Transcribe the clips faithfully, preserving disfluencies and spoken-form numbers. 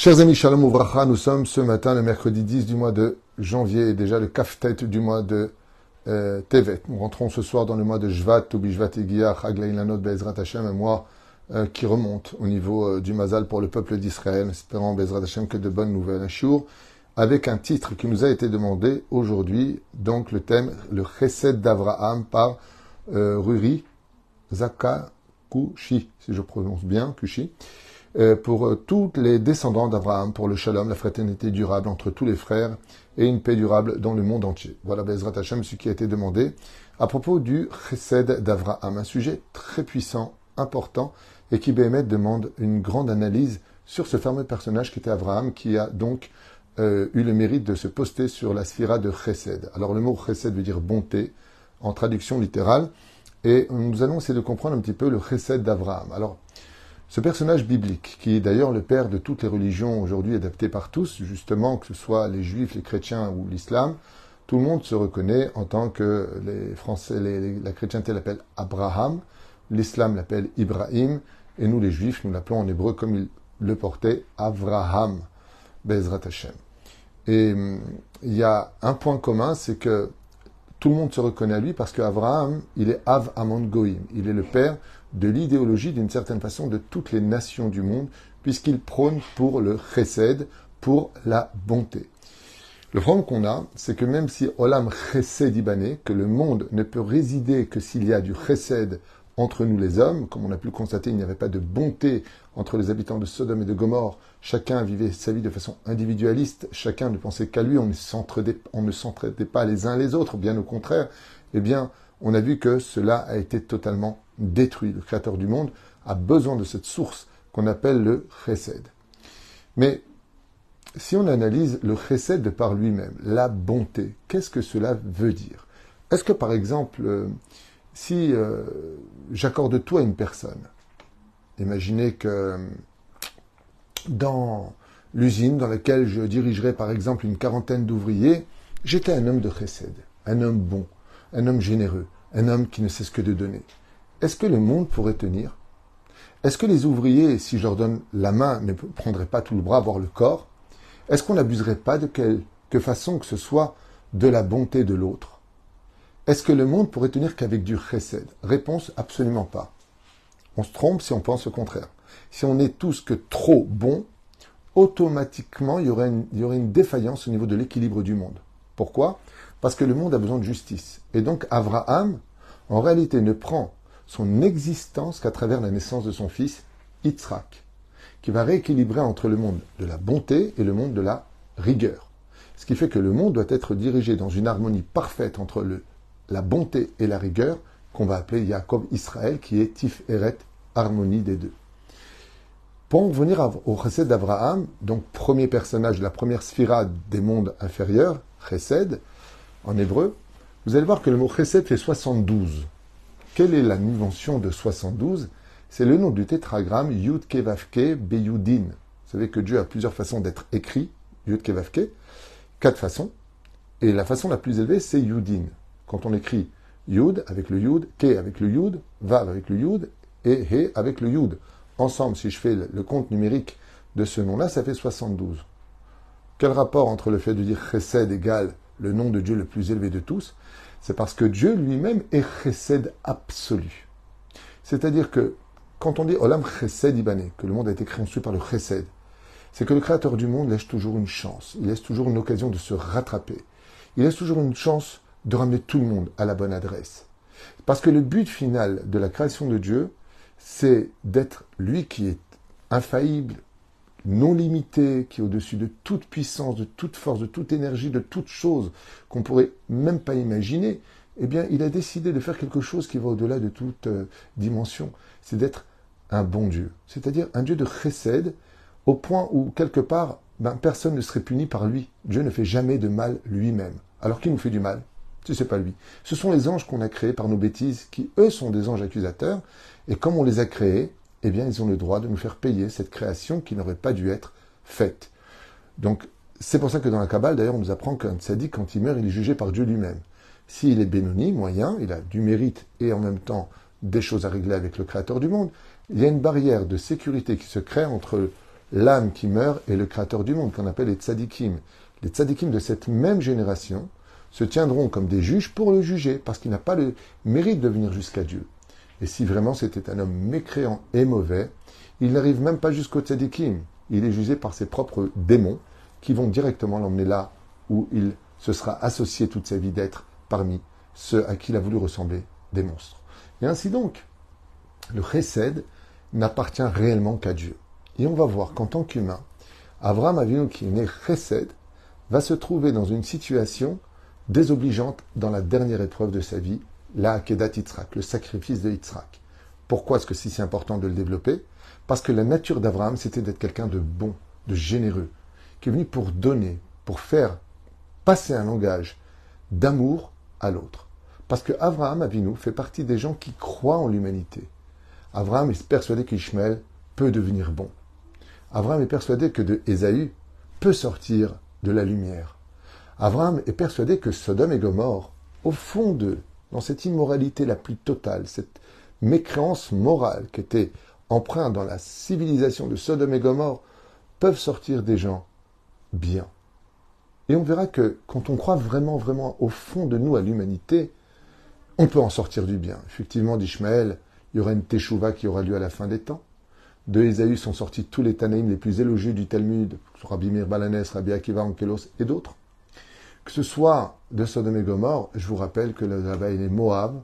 Chers amis, Shalom Ouvracha, nous sommes ce matin le mercredi dix du mois de janvier et déjà le Kaftet du mois de euh, Tevet. Nous rentrons ce soir dans le mois de Shvat, Tobi Shvat Egiah, Chag Leilanot Be'ezrat Hashem, un mois euh, qui remonte au niveau euh, du Mazal pour le peuple d'Israël, espérant Be'ezrat Hashem que de bonnes nouvelles. Un shiur avec un titre qui nous a été demandé aujourd'hui, donc le thème, le Chesed d'Avraham par euh, Ruri Zakakushi, si je prononce bien, Kushi. Euh, pour euh, tous les descendants d'Abraham, pour le shalom, la fraternité durable entre tous les frères et une paix durable dans le monde entier. Voilà Be'ezrat Hashem, ce qui a été demandé à propos du Chesed d'Avraham, un sujet très puissant, important, et qui Béhémet demande une grande analyse sur ce fameux personnage qui était Abraham, qui a donc euh, eu le mérite de se poster sur la sphira de Chesed. Alors le mot Chesed veut dire bonté, en traduction littérale, et nous allons essayer de comprendre un petit peu le Chesed d'Avraham. Alors, ce personnage biblique, qui est d'ailleurs le père de toutes les religions aujourd'hui adaptées par tous, justement, que ce soit les juifs, les chrétiens ou l'islam, tout le monde se reconnaît en tant que les Français, les, les, la chrétienté l'appelle Abraham, l'islam l'appelle Ibrahim, et nous les juifs, nous l'appelons en hébreu comme il le portait, Avraham, Be'ezrat Hashem. Et il y a un point commun, c'est que tout le monde se reconnaît à lui parce qu'Avraham, il est Av Amon Goïm, il est le père de l'idéologie, d'une certaine façon, de toutes les nations du monde, puisqu'il prône pour le chesed, pour la bonté. Le problème qu'on a, c'est que même si Olam chesed ibané, que le monde ne peut résider que s'il y a du chesed entre nous les hommes, comme on a pu le constater, il n'y avait pas de bonté entre les habitants de Sodome et de Gomorrhe, chacun vivait sa vie de façon individualiste, chacun ne pensait qu'à lui, on ne s'entraidait, on ne s'entraidait pas les uns les autres, bien au contraire, eh bien, on a vu que cela a été totalement détruit. Le Créateur du monde a besoin de cette source qu'on appelle le chesed. Mais si on analyse le chesed de par lui-même, la bonté, qu'est-ce que cela veut dire? Est-ce que par exemple, euh, si euh, j'accorde tout à une personne, imaginez que dans l'usine dans laquelle je dirigerais par exemple une quarantaine d'ouvriers, j'étais un homme de chesed, un homme bon, un homme généreux, un homme qui ne cesse que de donner. Est-ce que le monde pourrait tenir? Est-ce que les ouvriers, si je leur donne la main, ne prendraient pas tout le bras, voire le corps? Est-ce qu'on n'abuserait pas de quelque façon que ce soit de la bonté de l'autre? Est-ce que le monde pourrait tenir qu'avec du chesed? Réponse, absolument pas. On se trompe si on pense le contraire. Si on est tous que trop bons, automatiquement, il y aurait une, il y aurait une défaillance au niveau de l'équilibre du monde. Pourquoi? Parce que le monde a besoin de justice. Et donc, Avraham, en réalité, ne prend son existence qu'à travers la naissance de son fils, Yitzhak, qui va rééquilibrer entre le monde de la bonté et le monde de la rigueur. Ce qui fait que le monde doit être dirigé dans une harmonie parfaite entre le, la bonté et la rigueur, qu'on va appeler Yaakov Israël, qui est Tiferet, harmonie des deux. Pour en venir au Chesed d'Avraham, donc premier personnage, la première sphira des mondes inférieurs, Chesed, en hébreu, vous allez voir que le mot Chesed fait soixante-douze. Quelle est la dimension de soixante-douze? C'est le nom du tétragramme Yud Kevavke Beyudin. Vous savez que Dieu a plusieurs façons d'être écrit, Yud Kevavke, quatre façons. Et la façon la plus élevée, c'est Yudin. Quand on écrit Yud avec le Yud, Ke avec le Yud, Vav avec le Yud et He avec le Yud. Ensemble, si je fais le compte numérique de ce nom-là, ça fait soixante-douze. Quel rapport entre le fait de dire Chesed égale le nom de Dieu le plus élevé de tous? C'est parce que Dieu lui-même est chesed absolu. C'est-à-dire que quand on dit Olam chesed ibané, que le monde a été créé ensuite par le chesed, c'est que le Créateur du monde laisse toujours une chance, il laisse toujours une occasion de se rattraper, il laisse toujours une chance de ramener tout le monde à la bonne adresse. Parce que le but final de la création de Dieu, c'est d'être lui qui est infaillible, non limité, qui est au-dessus de toute puissance, de toute force, de toute énergie, de toute chose qu'on pourrait même pas imaginer, eh bien, il a décidé de faire quelque chose qui va au-delà de toute euh, dimension. C'est d'être un bon Dieu. C'est-à-dire un Dieu de chesed, au point où, quelque part, ben, personne ne serait puni par lui. Dieu ne fait jamais de mal lui-même. Alors qui nous fait du mal? Ce n'est pas lui. Ce sont les anges qu'on a créés par nos bêtises, qui, eux, sont des anges accusateurs, et comme on les a créés, eh bien, ils ont le droit de nous faire payer cette création qui n'aurait pas dû être faite. Donc, c'est pour ça que dans la Kabbale, d'ailleurs, on nous apprend qu'un tzaddik, quand il meurt, il est jugé par Dieu lui-même. S'il est bénoni, moyen, il a du mérite et en même temps des choses à régler avec le Créateur du monde, il y a une barrière de sécurité qui se crée entre l'âme qui meurt est le créateur du monde, qu'on appelle les tzadikim. Les tzadikim de cette même génération se tiendront comme des juges pour le juger, parce qu'il n'a pas le mérite de venir jusqu'à Dieu. Et si vraiment c'était un homme mécréant et mauvais, il n'arrive même pas jusqu'au tzadikim. Il est jugé par ses propres démons, qui vont directement l'emmener là où il se sera associé toute sa vie d'être parmi ceux à qui il a voulu ressembler, des monstres. Et ainsi donc, le chesed n'appartient réellement qu'à Dieu. Et on va voir qu'en tant qu'humain, Avraham Avinu, qui est né chesed, va se trouver dans une situation désobligeante dans la dernière épreuve de sa vie, la Akedat Yitzhak, le sacrifice de Yitzhak. Pourquoi est-ce que c'est si important de le développer? Parce que la nature d'Avraham, c'était d'être quelqu'un de bon, de généreux, qui est venu pour donner, pour faire passer un langage d'amour à l'autre. Parce que Avraham Avinu fait partie des gens qui croient en l'humanité. Avraham est persuadé qu'Ishmaël peut devenir bon. Avraham est persuadé que de Ésaü peut sortir de la lumière. Avraham est persuadé que Sodome et Gomorrhe, au fond d'eux, dans cette immoralité la plus totale, cette mécréance morale qui était empreinte dans la civilisation de Sodome et Gomorrhe, peuvent sortir des gens bien. Et on verra que quand on croit vraiment, vraiment au fond de nous à l'humanité, on peut en sortir du bien. Effectivement, d'Ishmaël, il y aura une teshuva qui aura lieu à la fin des temps. De Ésaü sont sortis tous les Tanaïm les plus élogieux du Talmud, Rabbi Meir Balanès, Rabbi Akiva Onkelos et d'autres. Que ce soit de Sodome et Gomorrhe, je vous rappelle que là-bas il est Moab,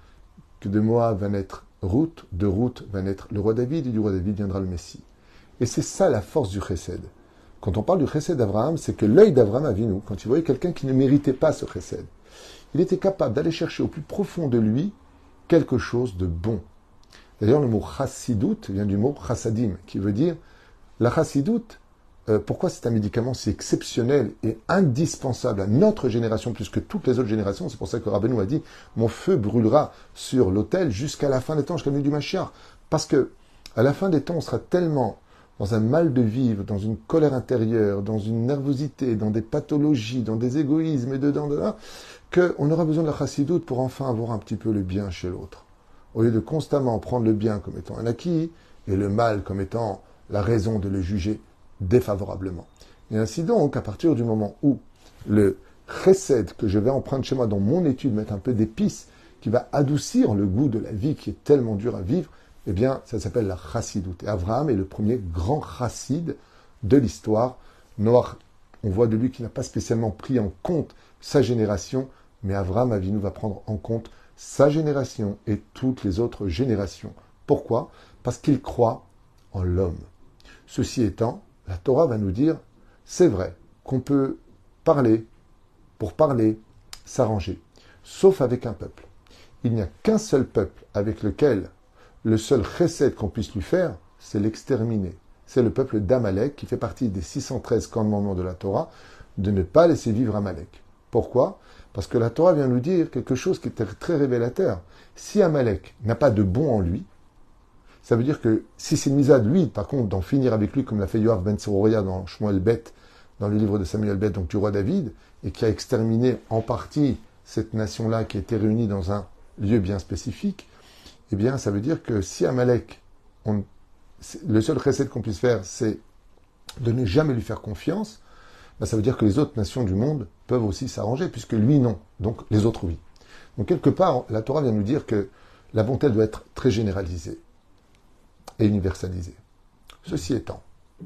que de Moab va naître Ruth, de Ruth va naître le roi David, et du roi David viendra le Messie. Et c'est ça la force du chesed. Quand on parle du chesed d'Abraham, c'est que l'œil d'Abraham Avinu, quand il voyait quelqu'un qui ne méritait pas ce chesed, il était capable d'aller chercher au plus profond de lui quelque chose de bon. D'ailleurs, le mot chassidout vient du mot chassadim, qui veut dire la chassidout. Euh, pourquoi c'est un médicament si exceptionnel et indispensable à notre génération plus que toutes les autres générations? C'est pour ça que Rabbeinu a dit « Mon feu brûlera sur l'autel jusqu'à la fin des temps, jusqu'à la nuit du Mashiach ». Parce que à la fin des temps, on sera tellement dans un mal de vivre, dans une colère intérieure, dans une nervosité, dans des pathologies, dans des égoïsmes et dedans, dedans, qu'on aura besoin de la chassidoute pour enfin avoir un petit peu le bien chez l'autre. Au lieu de constamment prendre le bien comme étant un acquis et le mal comme étant la raison de le juger défavorablement. Et ainsi donc, à partir du moment où le chesed que je vais emprunter chez moi dans mon étude, mettre un peu d'épices qui va adoucir le goût de la vie qui est tellement dur à vivre, eh bien, ça s'appelle la chassidoute. Et Avraham est le premier grand chassid de l'histoire. Noach, on voit de lui qu'il n'a pas spécialement pris en compte sa génération, mais Avraham Avinu va prendre en compte sa génération et toutes les autres générations. Pourquoi? Parce qu'il croit en l'homme. Ceci étant, la Torah va nous dire, c'est vrai qu'on peut parler, pour parler, s'arranger, sauf avec un peuple. Il n'y a qu'un seul peuple avec lequel le seul chesed qu'on puisse lui faire, c'est l'exterminer. C'est le peuple d'Amalek qui fait partie des six cent treize commandements de la Torah, de ne pas laisser vivre Amalek. Pourquoi? Parce que la Torah vient nous dire quelque chose qui est très révélateur. Si Amalek n'a pas de bon en lui, ça veut dire que si c'est une misade, lui, par contre, d'en finir avec lui, comme l'a fait Yoav ben Tzeruya dans Shmuel Bet, dans le livre de Samuel Bet, donc du roi David, et qui a exterminé en partie cette nation-là qui était réunie dans un lieu bien spécifique, eh bien, ça veut dire que si Amalek, on, le seul chesed qu'on puisse faire, c'est de ne jamais lui faire confiance, ben ça veut dire que les autres nations du monde peuvent aussi s'arranger, puisque lui, non. Donc, les autres, oui. Donc, quelque part, la Torah vient nous dire que la bonté, elle doit être très généralisée et universalisée. Ceci étant,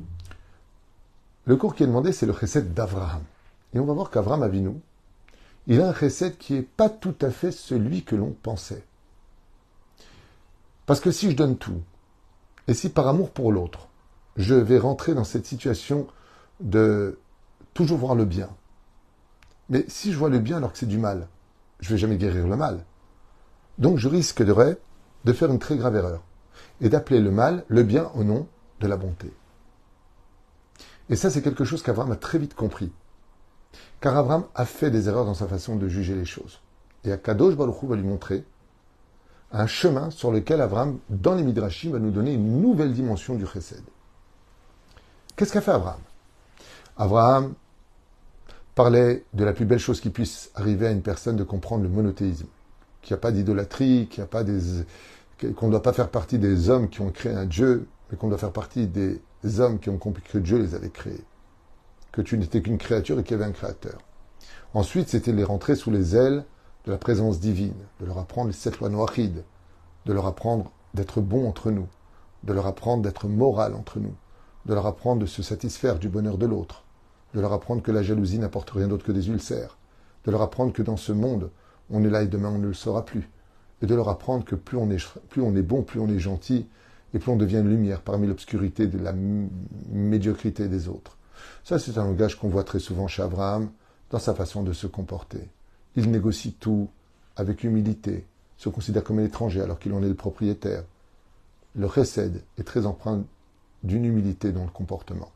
le cours qui est demandé, c'est le chesed d'Avraham. Et on va voir qu'Avraham Avinu, il a un chesed qui n'est pas tout à fait celui que l'on pensait. Parce que si je donne tout, et si par amour pour l'autre, je vais rentrer dans cette situation de toujours voir le bien. Mais si je vois le bien alors que c'est du mal, je ne vais jamais guérir le mal. Donc je risquerais de faire une très grave erreur et d'appeler le mal le bien au nom de la bonté. Et ça, c'est quelque chose qu'Abraham a très vite compris. Car Abraham a fait des erreurs dans sa façon de juger les choses. Et Akadosh Baruch Hu va lui montrer un chemin sur lequel Abraham, dans les Midrashim, va nous donner une nouvelle dimension du chesed. Qu'est-ce qu'a fait Abraham? Abraham parlait de la plus belle chose qui puisse arriver à une personne de comprendre le monothéisme. Qu'il n'y a pas d'idolâtrie, qu'il n'y a pas des, qu'on ne doit pas faire partie des hommes qui ont créé un Dieu, mais qu'on doit faire partie des hommes qui ont compris que Dieu les avait créés, que tu n'étais qu'une créature et qu'il y avait un créateur. Ensuite, c'était les rentrer sous les ailes de la présence divine, de leur apprendre les sept lois noachides, de leur apprendre d'être bons entre nous, de leur apprendre d'être moral entre nous, de leur apprendre de se satisfaire du bonheur de l'autre, de leur apprendre que la jalousie n'apporte rien d'autre que des ulcères, de leur apprendre que dans ce monde, on est là et demain on ne le sera plus, et de leur apprendre que plus on est, plus on est bon, plus on est gentil, et plus on devient une lumière parmi l'obscurité de la médiocrité des autres. Ça, c'est un langage qu'on voit très souvent chez Abraham, dans sa façon de se comporter. Il négocie tout avec humilité, se considère comme un étranger alors qu'il en est le propriétaire. Le chesed est très empreint d'une humilité dans le comportement.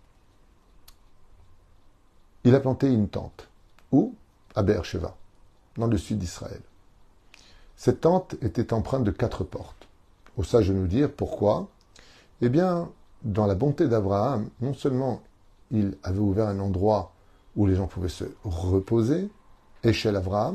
Il a planté une tente. Où ? À Be'er-Sheva, dans le sud d'Israël. Cette tente était empreinte de quatre portes. Au sage de nous dire pourquoi ? Eh bien, dans la bonté d'Abraham, non seulement il avait ouvert un endroit où les gens pouvaient se reposer, échelle Abraham,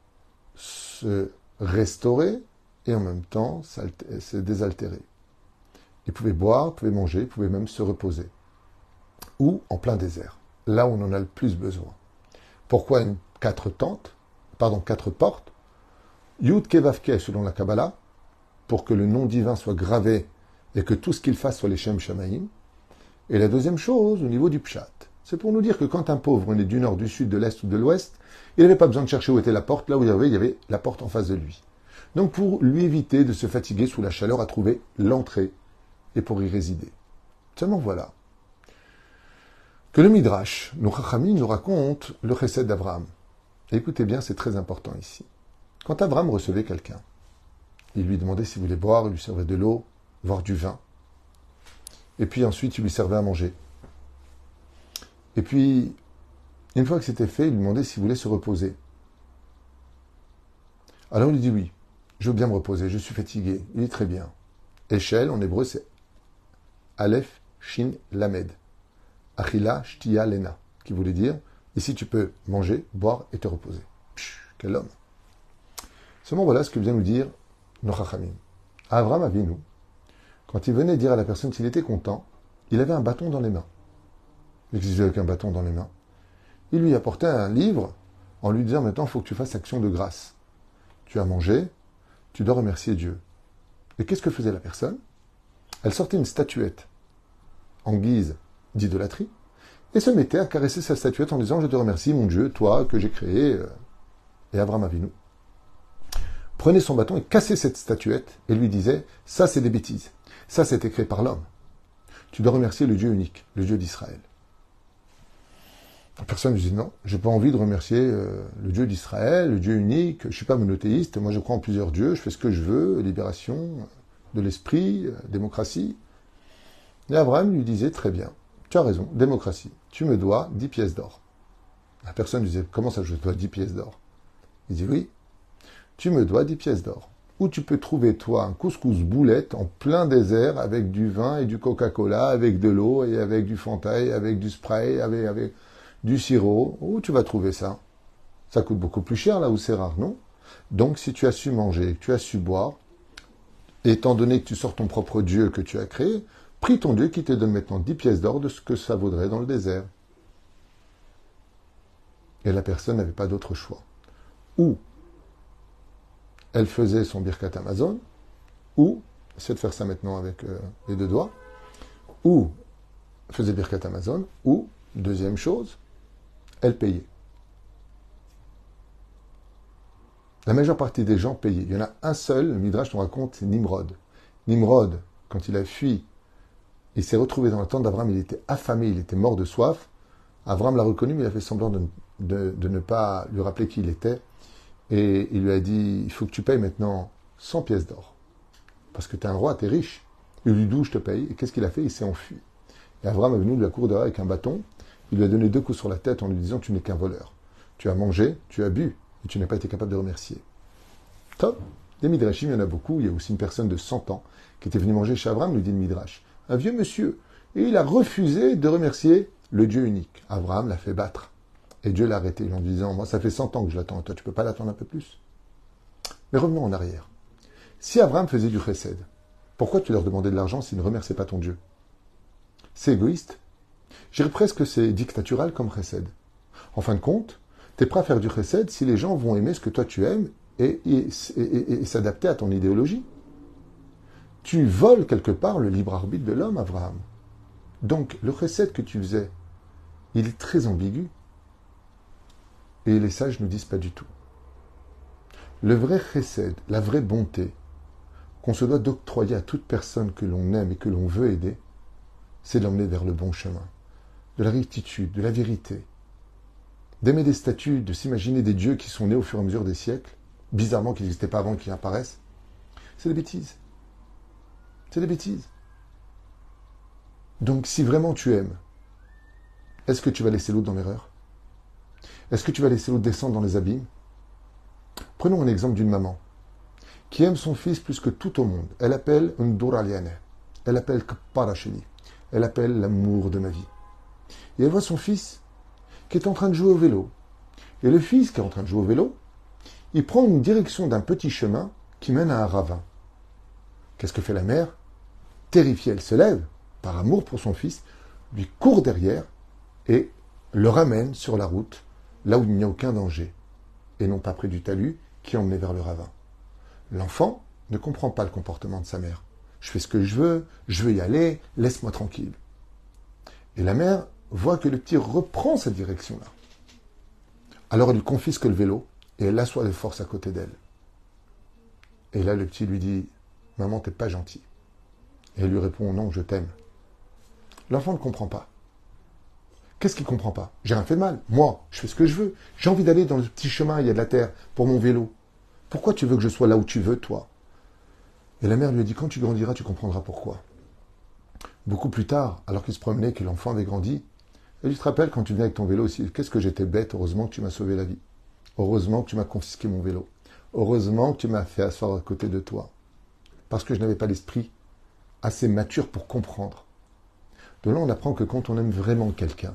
se restaurer et en même temps se désaltérer. Ils pouvaient boire, ils pouvaient manger, ils pouvaient même se reposer. Ou en plein désert, là où on en a le plus besoin. Pourquoi une, quatre tentes, pardon, quatre portes ? Yud Kevavke selon la Kabbalah, pour que le nom divin soit gravé et que tout ce qu'il fasse soit les Shem Shamaim. Et la deuxième chose, au niveau du Pshat, c'est pour nous dire que quand un pauvre est du nord, du sud, de l'est ou de l'ouest, il n'avait pas besoin de chercher où était la porte, là où il y avait, il y avait la porte en face de lui. Donc pour lui éviter de se fatiguer sous la chaleur à trouver l'entrée et pour y résider. Seulement voilà. Que le Midrash, nos Chachamim, nous raconte le chesed d'Abraham. Et écoutez bien, c'est très important ici. Quand Abraham recevait quelqu'un, il lui demandait s'il voulait boire, il lui servait de l'eau, voire du vin. Et puis ensuite, il lui servait à manger. Et puis, une fois que c'était fait, il lui demandait s'il voulait se reposer. Alors il lui dit oui, je veux bien me reposer, je suis fatigué. Il dit très bien. Échelle, en hébreu, c'est Aleph, Shin, Lamed. Achila, Shtia, Lena, qui voulait dire, ici tu peux manger, boire et te reposer. Psh, quel homme. Seulement voilà ce que vient nous dire nos Chachamim. Abraham Avinu, quand il venait dire à la personne s'il était content, il avait un bâton dans les mains. Il existe avec un bâton dans les mains. Il lui apportait un livre en lui disant maintenant il faut que tu fasses action de grâce. Tu as mangé, tu dois remercier Dieu. Et qu'est-ce que faisait la personne ? Elle sortait une statuette en guise d'idolâtrie et se mettait à caresser sa statuette en disant je te remercie mon Dieu, toi que j'ai créé. Et Abraham Avinu prenait son bâton et cassait cette statuette et lui disait ça c'est des bêtises, ça c'était créé par l'homme. Tu dois remercier le Dieu unique, le Dieu d'Israël. La personne lui dit non, j'ai pas envie de remercier euh, le Dieu d'Israël, le Dieu unique, je suis pas monothéiste, moi je crois en plusieurs dieux, je fais ce que je veux, libération de l'esprit, euh, démocratie. Et Abraham lui disait très bien, tu as raison, démocratie, tu me dois dix pièces d'or. La personne lui disait comment ça je te dois dix pièces d'or ? Il dit oui, tu me dois dix pièces d'or. Où tu peux trouver, toi, un couscous boulette en plein désert avec du vin et du Coca-Cola, avec de l'eau et avec du Fanta, et avec du spray, avec, avec du sirop. Où tu vas trouver ça ? Ça coûte beaucoup plus cher là où c'est rare, non ? Donc, si tu as su manger, que tu as su boire, étant donné que tu sors ton propre Dieu que tu as créé, prie ton Dieu qui te donne maintenant dix pièces d'or de ce que ça vaudrait dans le désert. Et la personne n'avait pas d'autre choix. Ou elle faisait son Birkat Amazon, ou, essaie de faire ça maintenant avec euh, les deux doigts, ou faisait Birkat Amazon, ou, deuxième chose, elle payait. La majeure partie des gens payaient. Il y en a un seul, le Midrash nous raconte, c'est Nimrod. Nimrod, quand il a fui, il s'est retrouvé dans la tente d'Abraham, il était affamé, il était mort de soif. Abraham l'a reconnu, mais il a fait semblant de, de, de ne pas lui rappeler qui il était. Et il lui a dit, il faut que tu payes maintenant cent pièces d'or. Parce que tu es un roi, tu es riche. Il lui dit, d'où je te paye ? Et qu'est-ce qu'il a fait ? Il s'est enfui. Et Abraham est venu de la cour dehors avec un bâton. Il lui a donné deux coups sur la tête en lui disant, tu n'es qu'un voleur. Tu as mangé, tu as bu, et tu n'as pas été capable de remercier. Top. Des midrashim, il y en a beaucoup. Il y a aussi une personne de cent ans qui était venue manger chez Abraham, lui dit le midrash. Un vieux monsieur. Et il a refusé de remercier le Dieu unique. Abraham l'a fait battre. Et Dieu l'a arrêté en lui disant, moi ça fait cent ans que je l'attends, toi tu peux pas l'attendre un peu plus ? Mais revenons en arrière. Si Abraham faisait du chesed, pourquoi tu leur demandais de l'argent s'il ne remerciait pas ton Dieu ? c'est égoïste. Je dirais presque que c'est dictatural comme chesed. En fin de compte, tu es prêt à faire du chesed si les gens vont aimer ce que toi tu aimes et, et, et, et, et s'adapter à ton idéologie. Tu voles quelque part le libre arbitre de l'homme, Abraham. Donc, le chesed que tu faisais, il est très ambigu. Et les sages ne disent pas du tout. Le vrai chesed, la vraie bonté, qu'on se doit d'octroyer à toute personne que l'on aime et que l'on veut aider, c'est de l'emmener vers le bon chemin, de la rectitude, de la vérité, d'aimer des statues, de s'imaginer des dieux qui sont nés au fur et à mesure des siècles, bizarrement qui n'existaient pas avant qu'ils apparaissent. C'est des bêtises. C'est des bêtises. Donc, si vraiment tu aimes, est-ce que tu vas laisser l'autre dans l'erreur? Est-ce que tu vas laisser l'autre descendre dans les abîmes? Prenons un exemple d'une maman qui aime son fils plus que tout au monde. Elle appelle Ndour Aliane. Elle appelle Kparacheli. Elle appelle l'amour de ma vie. Et elle voit son fils qui est en train de jouer au vélo. Et le fils qui est en train de jouer au vélo, il prend une direction d'un petit chemin qui mène à un ravin. Qu'est-ce que fait la mère? Terrifiée, elle se lève, par amour pour son fils, lui court derrière et le ramène sur la route, là où il n'y a aucun danger, et non pas près du talus qui emmenait vers le ravin. L'enfant ne comprend pas le comportement de sa mère. Je fais ce que je veux, je veux y aller, laisse-moi tranquille. Et la mère voit que le petit reprend cette direction-là. Alors elle lui confisque le vélo et elle l'assoit de force à côté d'elle. Et là, le petit lui dit « Maman, t'es pas gentil. » Et elle lui répond « Non, je t'aime. » L'enfant ne comprend pas. Qu'est-ce qu'il ne comprend pas? J'ai rien fait de mal. Moi, je fais ce que je veux. J'ai envie d'aller dans le petit chemin, il y a de la terre, pour mon vélo. Pourquoi tu veux que je sois là où tu veux, toi? Et la mère lui a dit, quand tu grandiras, tu comprendras pourquoi. Beaucoup plus tard, alors qu'il se promenait, que l'enfant avait grandi, elle lui te rappelle quand tu venais avec ton vélo aussi, qu'est-ce que j'étais bête, heureusement que tu m'as sauvé la vie. Heureusement que tu m'as confisqué mon vélo. Heureusement que tu m'as fait asseoir à côté de toi. Parce que je n'avais pas l'esprit assez mature pour comprendre. De là, on apprend que quand on aime vraiment quelqu'un,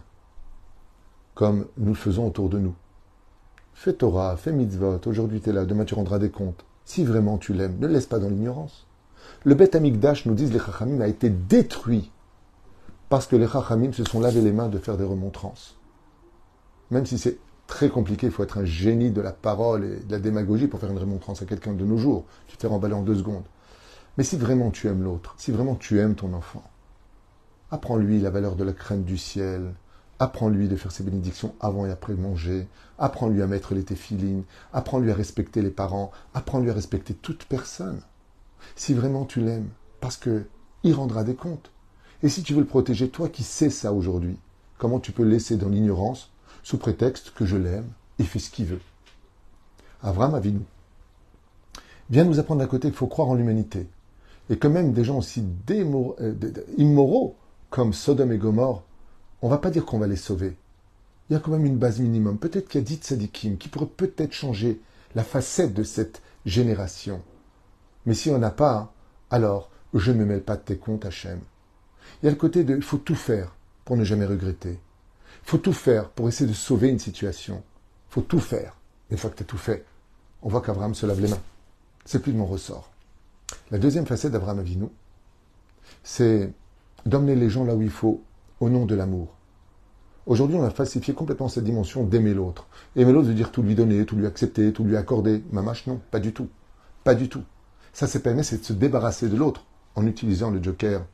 comme nous le faisons autour de nous, fais Torah, fais mitzvot, aujourd'hui tu es là, demain tu rendras des comptes. Si vraiment tu l'aimes, ne le laisse pas dans l'ignorance. Le Beth Amikdash, nous disent les Chachamim, a été détruit parce que les Chachamim se sont lavé les mains de faire des remontrances. Même si c'est très compliqué, il faut être un génie de la parole et de la démagogie pour faire une remontrance à quelqu'un de nos jours. Tu te fais remballer en deux secondes. Mais si vraiment tu aimes l'autre, si vraiment tu aimes ton enfant, apprends-lui la valeur de la crainte du ciel, apprends-lui de faire ses bénédictions avant et après manger, apprends-lui à mettre les téphilines, apprends-lui à respecter les parents, apprends-lui à respecter toute personne. Si vraiment tu l'aimes, parce que il rendra des comptes. Et si tu veux le protéger, toi qui sais ça aujourd'hui, comment tu peux le laisser dans l'ignorance, sous prétexte que je l'aime, il fait ce qu'il veut. Avraham Avinu vient nous apprendre d'un côté qu'il faut croire en l'humanité, et que même des gens aussi démor- euh, immoraux, comme Sodome et Gomorre, on ne va pas dire qu'on va les sauver. Il y a quand même une base minimum. Peut-être qu'il y a dix tzadikim qui pourraient peut-être changer la facette de cette génération. Mais si on n'a pas, alors je ne me mêle pas de tes comptes, Hachem. Il y a le côté de il faut tout faire pour ne jamais regretter. Il faut tout faire pour essayer de sauver une situation. Il faut tout faire. Une fois que tu as tout fait, on voit qu'Abraham se lave les mains. C'est plus de mon ressort. La deuxième facette d'Abraham Avinu, c'est d'emmener les gens là où il faut, au nom de l'amour. Aujourd'hui, on a falsifié complètement cette dimension d'aimer l'autre. Aimer l'autre veut dire tout lui donner, tout lui accepter, tout lui accorder. Mamache, non, pas du tout. Pas du tout. Ça, c'est pas aimer, c'est de se débarrasser de l'autre en utilisant le joker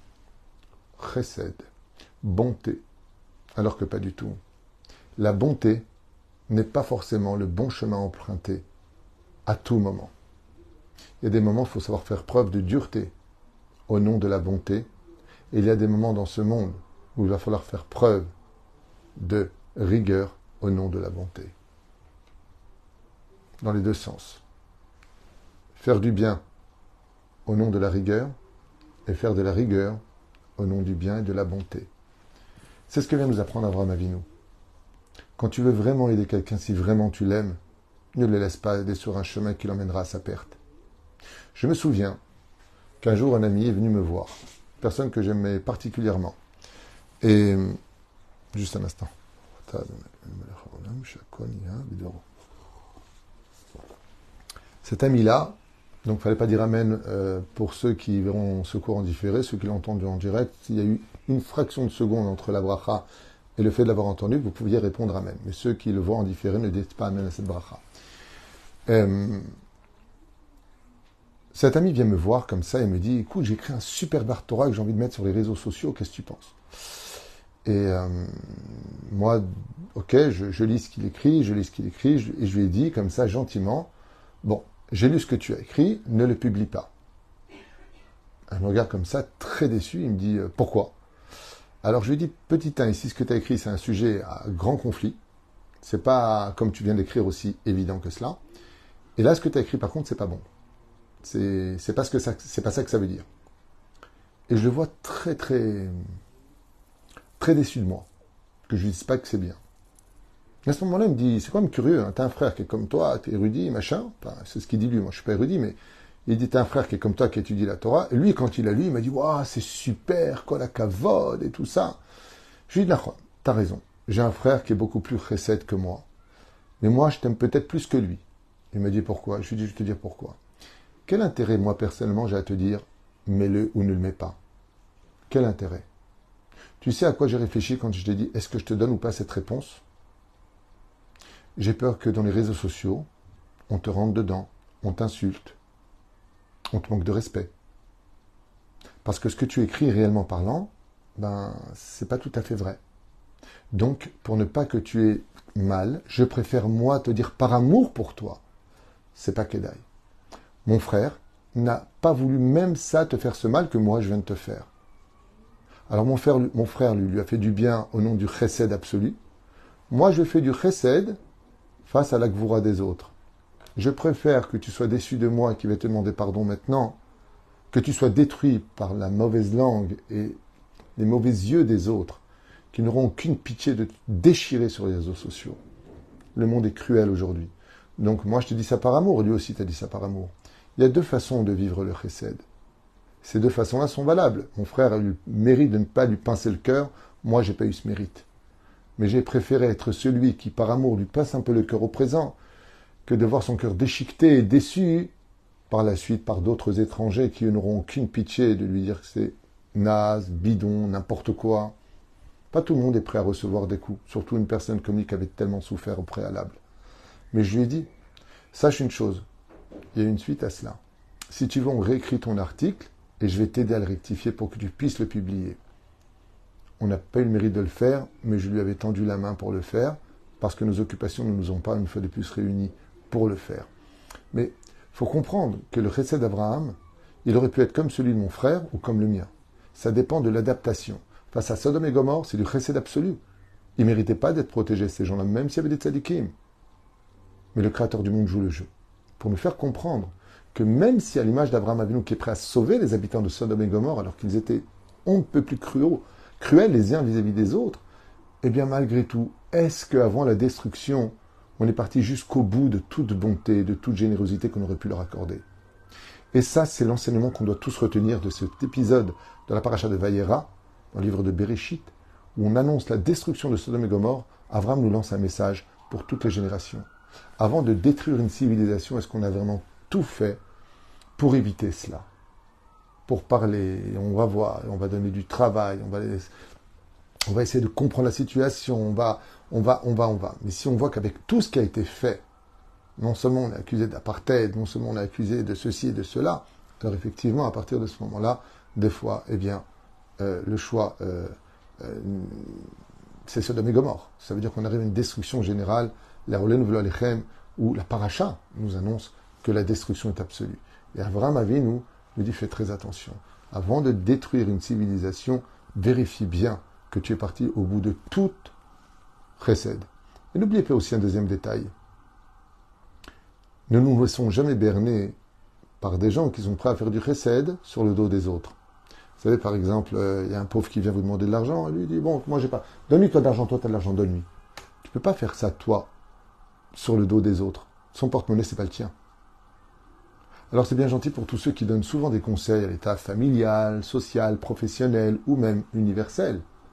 chesed, bonté, alors que pas du tout. La bonté n'est pas forcément le bon chemin à emprunter à tout moment. Il y a des moments où il faut savoir faire preuve de dureté au nom de la bonté, et il y a des moments dans ce monde où il va falloir faire preuve de rigueur au nom de la bonté. Dans les deux sens. Faire du bien au nom de la rigueur et faire de la rigueur au nom du bien et de la bonté. C'est ce que vient nous apprendre Avraham Avinu. Quand tu veux vraiment aider quelqu'un, si vraiment tu l'aimes, ne le laisse pas aller sur un chemin qui l'emmènera à sa perte. Je me souviens qu'un jour un ami est venu me voir, personne que j'aimais particulièrement. Et, juste un instant. Cet ami-là Donc, il ne fallait pas dire Amen euh, pour ceux qui verront ce cours en différé, ceux qui l'ont entendu en direct. S'il y a eu une fraction de seconde entre la bracha et le fait de l'avoir entendu, vous pouviez répondre Amen. Mais ceux qui le voient en différé ne dites pas Amen à cette bracha. Euh, cet ami vient me voir comme ça et me dit, écoute, j'ai écrit un super bar Torah que j'ai envie de mettre sur les réseaux sociaux, qu'est-ce que tu penses? Et euh, moi, ok, je, je lis ce qu'il écrit, je lis ce qu'il écrit, je, et je lui ai dit comme ça gentiment, bon, j'ai lu ce que tu as écrit, ne le publie pas. Il me regarde comme ça, très déçu, il me dit, euh, pourquoi? Alors je lui ai dit, petit un, ici ce que tu as écrit, c'est un sujet à grand conflit, c'est pas, comme tu viens d'écrire, aussi évident que cela, et là, ce que tu as écrit, par contre, c'est pas bon. C'est, c'est pas ce que ça, c'est pas ça que ça veut dire. Et je le vois très, très... très déçu de moi, que je ne dise pas que c'est bien. À ce moment-là, il me dit, c'est quand même curieux, hein, t'as un frère qui est comme toi, t'es érudit, machin, enfin, c'est ce qu'il dit lui, moi je suis pas érudit, mais il dit, t'as un frère qui est comme toi, qui étudie la Torah, et lui, quand il a lu, il m'a dit, waouh, c'est super, quoi, la kavod, et tout ça. Je lui ai dit, t'as raison, j'ai un frère qui est beaucoup plus chesed que moi, mais moi, je t'aime peut-être plus que lui. Il m'a dit, pourquoi? Je lui ai dit, je vais te dire pourquoi. Quel intérêt, moi, personnellement, j'ai à te dire, mets-le ou ne le mets pas? Quel intérêt? Tu sais à quoi j'ai réfléchi quand je t'ai dit, est-ce que je te donne ou pas cette réponse? J'ai peur que dans les réseaux sociaux, on te rentre dedans, on t'insulte, on te manque de respect. Parce que ce que tu écris réellement parlant, ben, c'est pas tout à fait vrai. Donc, pour ne pas que tu aies mal, je préfère moi te dire par amour pour toi, c'est pas Kedaï. Mon frère n'a pas voulu même ça te faire ce mal que moi je viens de te faire. Alors mon frère, mon frère lui, lui a fait du bien au nom du chesed absolu. Moi, je fais du chesed face à la gvoura des autres. Je préfère que tu sois déçu de moi qui vais te demander pardon maintenant, que tu sois détruit par la mauvaise langue et les mauvais yeux des autres, qui n'auront aucune pitié de te déchirer sur les réseaux sociaux. Le monde est cruel aujourd'hui. Donc moi, je te dis ça par amour, lui aussi t'a dit ça par amour. Il y a deux façons de vivre le chesed. Ces deux façons-là sont valables. Mon frère a eu le mérite de ne pas lui pincer le cœur. Moi, j'ai pas eu ce mérite. Mais j'ai préféré être celui qui, par amour, lui pince un peu le cœur au présent, que de voir son cœur déchiqueté et déçu par la suite par d'autres étrangers qui n'auront aucune pitié de lui dire que c'est naze, bidon, n'importe quoi. Pas tout le monde est prêt à recevoir des coups, surtout une personne comme lui qui avait tellement souffert au préalable. Mais je lui ai dit, sache une chose, il y a une suite à cela. Si tu veux, on réécrit ton article, et je vais t'aider à le rectifier pour que tu puisses le publier. On n'a pas eu le mérite de le faire, mais je lui avais tendu la main pour le faire, parce que nos occupations ne nous ont pas une fois de plus réunis pour le faire. Mais il faut comprendre que le chesed d'Abraham, il aurait pu être comme celui de mon frère ou comme le mien. Ça dépend de l'adaptation. Face à Sodome et Gomorrhe, c'est du chesed absolu. Ils ne méritaient pas d'être protégés, ces gens-là, même s'il y avait des tzadikim. Mais le Créateur du monde joue le jeu, pour nous faire comprendre que même si à l'image d'Abraham Avinu qui est prêt à sauver les habitants de Sodome et Gomorrhe alors qu'ils étaient on ne peut plus cruels, cruels les uns vis-à-vis des autres, eh bien malgré tout, est-ce qu'avant la destruction, on est parti jusqu'au bout de toute bonté, de toute générosité qu'on aurait pu leur accorder? Et ça, c'est l'enseignement qu'on doit tous retenir de cet épisode de la paracha de Vayera, dans le livre de Bereshit, où on annonce la destruction de Sodome et Gomorrhe. Abraham nous lance un message pour toutes les générations. Avant de détruire une civilisation, est-ce qu'on a vraiment tout fait pour éviter cela? Pour parler, on va voir, on va donner du travail, on va, les, on va essayer de comprendre la situation, on va, on va, on va, on va. Mais si on voit qu'avec tout ce qui a été fait, non seulement on est accusé d'apartheid, non seulement on est accusé de ceci et de cela, alors effectivement, à partir de ce moment-là, des fois, eh bien, euh, le choix, euh, euh, c'est Sodome et Gomorrhe. Ça veut dire qu'on arrive à une destruction générale, la Rolenu velo alechem, où la paracha nous annonce que la destruction est absolue. Et Avraham Avinu nous dit, fais très attention. Avant de détruire une civilisation, vérifie bien que tu es parti au bout de toute chesed. Et n'oubliez pas aussi un deuxième détail. Ne nous laissons jamais berner par des gens qui sont prêts à faire du chesed sur le dos des autres. Vous savez, par exemple, il euh, y a un pauvre qui vient vous demander de l'argent, et lui dit, bon, moi j'ai pas. Donne-lui toi de l'argent, toi t'as de l'argent, donne-lui. Tu ne peux pas faire ça, toi, sur le dos des autres. Son porte-monnaie, c'est pas le tien. Alors c'est bien gentil pour tous ceux qui donnent souvent des conseils à l'état familial, social, professionnel ou même universel.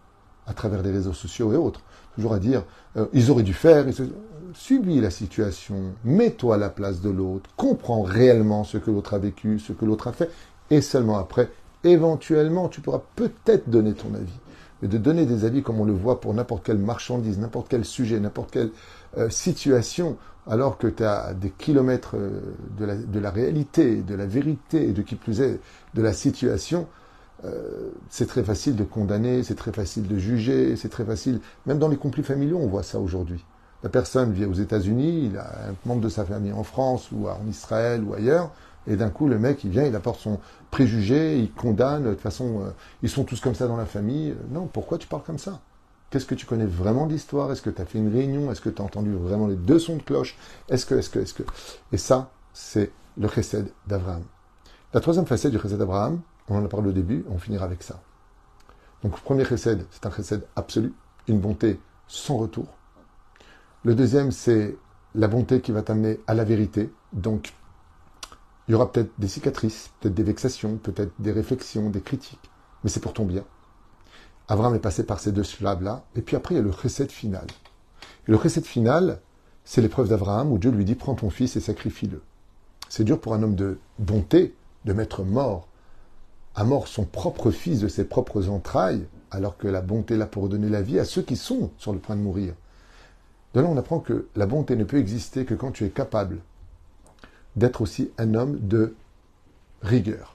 à travers les réseaux sociaux et autres. Toujours à dire, euh, ils auraient dû faire, ils se... subis la situation, mets-toi à la place de l'autre, comprends réellement ce que l'autre a vécu, ce que l'autre a fait, et seulement après, éventuellement, tu pourras peut-être donner ton avis. Mais de donner des avis comme on le voit pour n'importe quelle marchandise, n'importe quel sujet, n'importe quelle euh, situation, alors que tu es à des kilomètres euh, de, la, de la réalité, de la vérité, et de qui plus est, de la situation, euh, c'est très facile de condamner, c'est très facile de juger, c'est très facile, même dans les conflits familiaux, on voit ça aujourd'hui. La personne vit aux États-Unis, il a un membre de sa famille en France, ou en Israël, ou ailleurs, et d'un coup, le mec, il vient, il apporte son préjugé, il condamne, de toute façon, euh, ils sont tous comme ça dans la famille. Non, pourquoi tu parles comme ça? Qu'est-ce que tu connais vraiment d'histoire? Est-ce que tu as fait une réunion? Est-ce que tu as entendu vraiment les deux sons de cloche? Est-ce que, est-ce que, est-ce que... Et ça, c'est le chesed d'Abraham. La troisième facette du chesed d'Abraham, on en a parlé au début, on finira avec ça. Donc, le premier chesed, c'est un chesed absolu, une bonté sans retour. Le deuxième, c'est la bonté qui va t'amener à la vérité. Donc, il y aura peut-être des cicatrices, peut-être des vexations, peut-être des réflexions, des critiques. Mais c'est pour ton bien. Abraham est passé par ces deux slabs-là. Et puis après, il y a le chesed final. Et le chesed final, c'est l'épreuve d'Abraham où Dieu lui dit « Prends ton fils et sacrifie-le ». C'est dur pour un homme de bonté de mettre mort, à mort son propre fils de ses propres entrailles, alors que la bonté est là pour donner la vie à ceux qui sont sur le point de mourir. De là, on apprend que la bonté ne peut exister que quand tu es capable d'être aussi un homme de rigueur.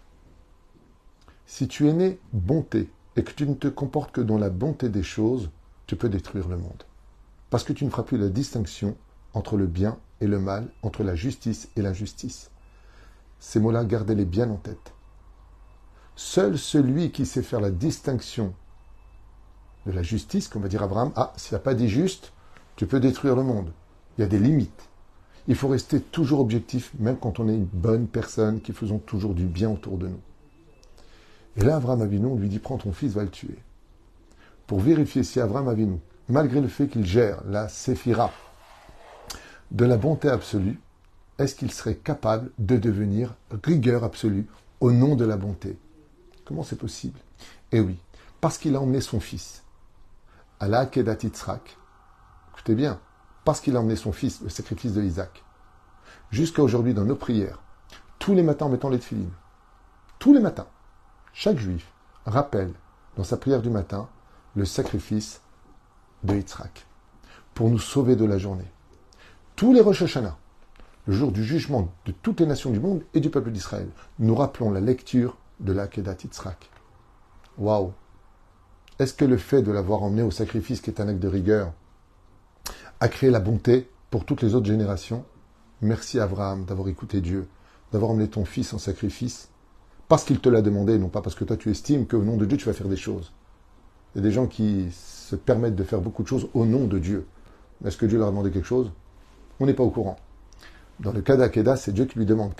Si tu es né bonté et que tu ne te comportes que dans la bonté des choses, tu peux détruire le monde. Parce que tu ne feras plus la distinction entre le bien et le mal, entre la justice et l'injustice. Ces mots-là, gardez-les bien en tête. Seul celui qui sait faire la distinction de la justice, comme va dire Abraham, ah, s'il n'a pas dit juste, tu peux détruire le monde. Il y a des limites. Il faut rester toujours objectif, même quand on est une bonne personne, qui faisons toujours du bien autour de nous. Et là, Abraham Avinu, on lui dit, prends ton fils, va le tuer. Pour vérifier si Abraham Avinu, malgré le fait qu'il gère la séphira de la bonté absolue, est-ce qu'il serait capable de devenir rigueur absolue au nom de la bonté? Comment c'est possible? Eh oui, parce qu'il a emmené son fils à la Akedat Yitzhak. Écoutez bien, parce qu'il a emmené son fils, le sacrifice de Isaac, jusqu'à aujourd'hui dans nos prières, tous les matins en mettant les tefilines, tous les matins, chaque juif rappelle dans sa prière du matin le sacrifice de Yitzhak pour nous sauver de la journée. Tous les Rosh Hashanah, le jour du jugement de toutes les nations du monde et du peuple d'Israël, nous rappelons la lecture de l'Akedat Yitzhak. Waouh! Est-ce que le fait de l'avoir emmené au sacrifice, qui est un acte de rigueur, a créé la bonté pour toutes les autres générations? Merci Abraham d'avoir écouté Dieu, d'avoir emmené ton fils en sacrifice, parce qu'il te l'a demandé, non pas parce que toi tu estimes qu'au nom de Dieu tu vas faire des choses. Il y a des gens qui se permettent de faire beaucoup de choses au nom de Dieu. Mais est-ce que Dieu leur a demandé quelque chose? On n'est pas au courant. Dans le cas d'Akeda, c'est Dieu qui lui demande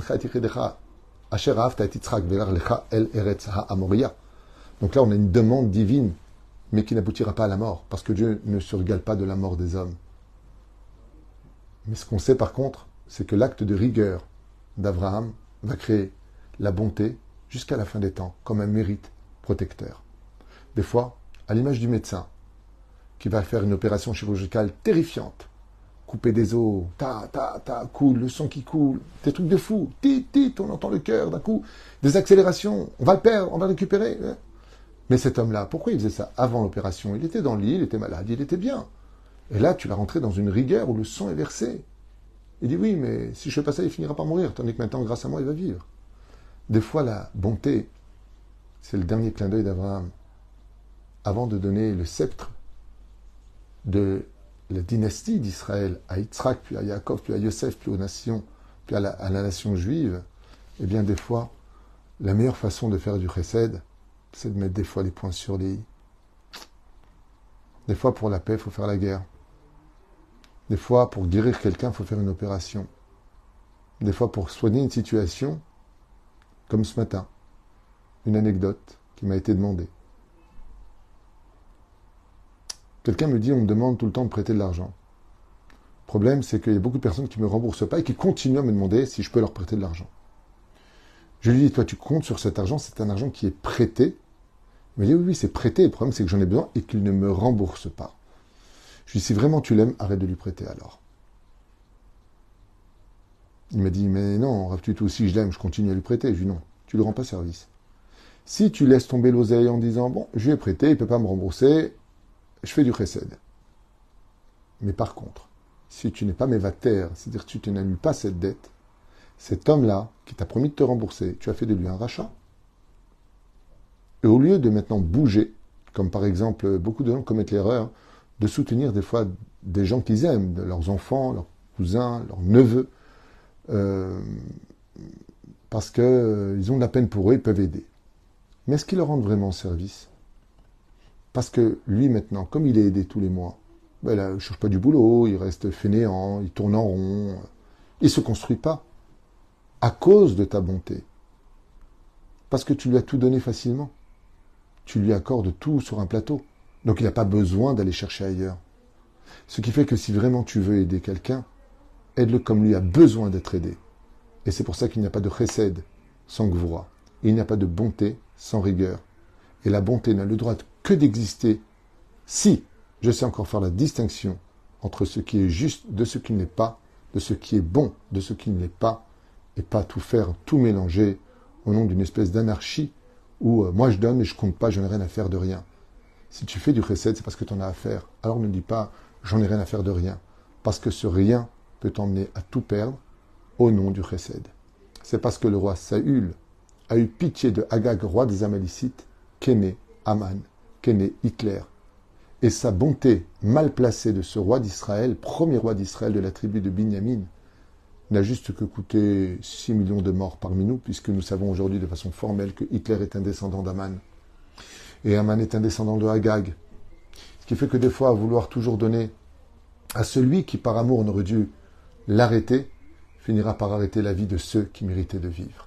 donc là, on a une demande divine, mais qui n'aboutira pas à la mort, parce que Dieu ne se régale pas de la mort des hommes. Mais ce qu'on sait par contre, c'est que l'acte de rigueur d'Abraham va créer la bonté jusqu'à la fin des temps, comme un mérite protecteur. Des fois, à l'image du médecin, qui va faire une opération chirurgicale terrifiante, couper des os, ta, ta, ta, coule, le sang qui coule, des trucs de fou, tit, tit, on entend le cœur d'un coup, des accélérations, on va le perdre, on va le récupérer. Mais cet homme-là, pourquoi il faisait ça avant l'opération? Il était dans le lit, il était malade, il était bien. Et là, tu l'as rentré dans une rigueur où le sang est versé. Il dit oui, mais si je fais pas ça, il finira par mourir, tandis que maintenant, grâce à moi, il va vivre. Des fois, la bonté, c'est le dernier clin d'œil d'Abraham. Avant de donner le sceptre de la dynastie d'Israël à Yitzhak, puis à Yaakov, puis à Yosef, puis aux nations, puis à la, à la nation juive, eh bien, des fois, la meilleure façon de faire du chesed, c'est de mettre des fois les points sur les i. Des fois, pour la paix, il faut faire la guerre. Des fois, pour guérir quelqu'un, il faut faire une opération. Des fois, pour soigner une situation, comme ce matin, une anecdote qui m'a été demandée. Quelqu'un me dit, on me demande tout le temps de prêter de l'argent. Le problème, c'est qu'il y a beaucoup de personnes qui ne me remboursent pas et qui continuent à me demander si je peux leur prêter de l'argent. Je lui dis, toi, tu comptes sur cet argent, c'est un argent qui est prêté, Il m'a dit, oui, oui, c'est prêter. Le problème, c'est que j'en ai besoin et qu'il ne me rembourse pas. Je lui ai dit, si vraiment tu l'aimes, arrête de lui prêter alors. Il m'a dit, mais non, Rav Tutu, si je l'aime, je continue à lui prêter. Je lui ai dit, non, tu ne lui rends pas service. Si tu laisses tomber l'oseille en disant, bon, je lui ai prêté, il ne peut pas me rembourser, je fais du chesed. Mais par contre, si tu n'es pas mévater, c'est-à-dire que tu n'annules pas cette dette, cet homme-là, qui t'a promis de te rembourser, tu as fait de lui un rachat. Et au lieu de maintenant bouger, comme par exemple, beaucoup de gens commettent l'erreur de soutenir des fois des gens qu'ils aiment, de leurs enfants, leurs cousins, leurs neveux, euh, parce qu'ils euh, ont de la peine pour eux, ils peuvent aider. Mais est-ce qu'ils leur rendent vraiment service? Parce que lui maintenant, comme il est aidé tous les mois, ben là, il ne cherche pas du boulot, il reste fainéant, il tourne en rond, il ne se construit pas. À cause de ta bonté. Parce que tu lui as tout donné facilement. Tu lui accordes tout sur un plateau. Donc il n'a pas besoin d'aller chercher ailleurs. Ce qui fait que si vraiment tu veux aider quelqu'un, aide-le comme lui a besoin d'être aidé. Et c'est pour ça qu'il n'y a pas de chesed sans gvoura. Il n'y a pas de bonté sans rigueur. Et la bonté n'a le droit que d'exister si je sais encore faire la distinction entre ce qui est juste de ce qui ne l'est pas, de ce qui est bon de ce qui ne l'est pas, et pas tout faire, tout mélanger au nom d'une espèce d'anarchie où euh, moi je donne et je compte pas, je n'ai rien à faire de rien. Si tu fais du chesed, c'est parce que tu en as à faire. Alors ne dis pas j'en ai rien à faire de rien. Parce que ce rien peut t'emmener à tout perdre au nom du chesed. C'est parce que le roi Saül a eu pitié de Agag, roi des Amalicites, qu'est né Aman, qu'est né Hitler. Et sa bonté mal placée de ce roi d'Israël, premier roi d'Israël de la tribu de Binyamin, n'a juste que coûté six millions de morts parmi nous, puisque nous savons aujourd'hui de façon formelle que Hitler est un descendant d'Aman. Et Aman est un descendant de Agag. Ce qui fait que des fois, à vouloir toujours donner à celui qui par amour n'aurait dû l'arrêter, finira par arrêter la vie de ceux qui méritaient de vivre.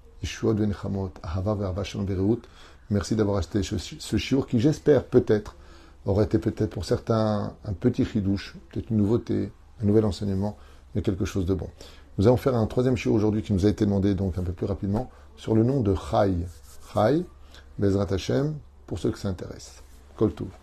Merci d'avoir acheté ce chiour qui, j'espère, peut-être, aurait été peut-être pour certains un petit chidouche, peut-être une nouveauté, un nouvel enseignement, mais quelque chose de bon. Nous allons faire un troisième chiour aujourd'hui qui nous a été demandé donc un peu plus rapidement sur le nom de Chai. Chai, Bezrat Hashem, pour ceux que ça intéresse. Kol Tov.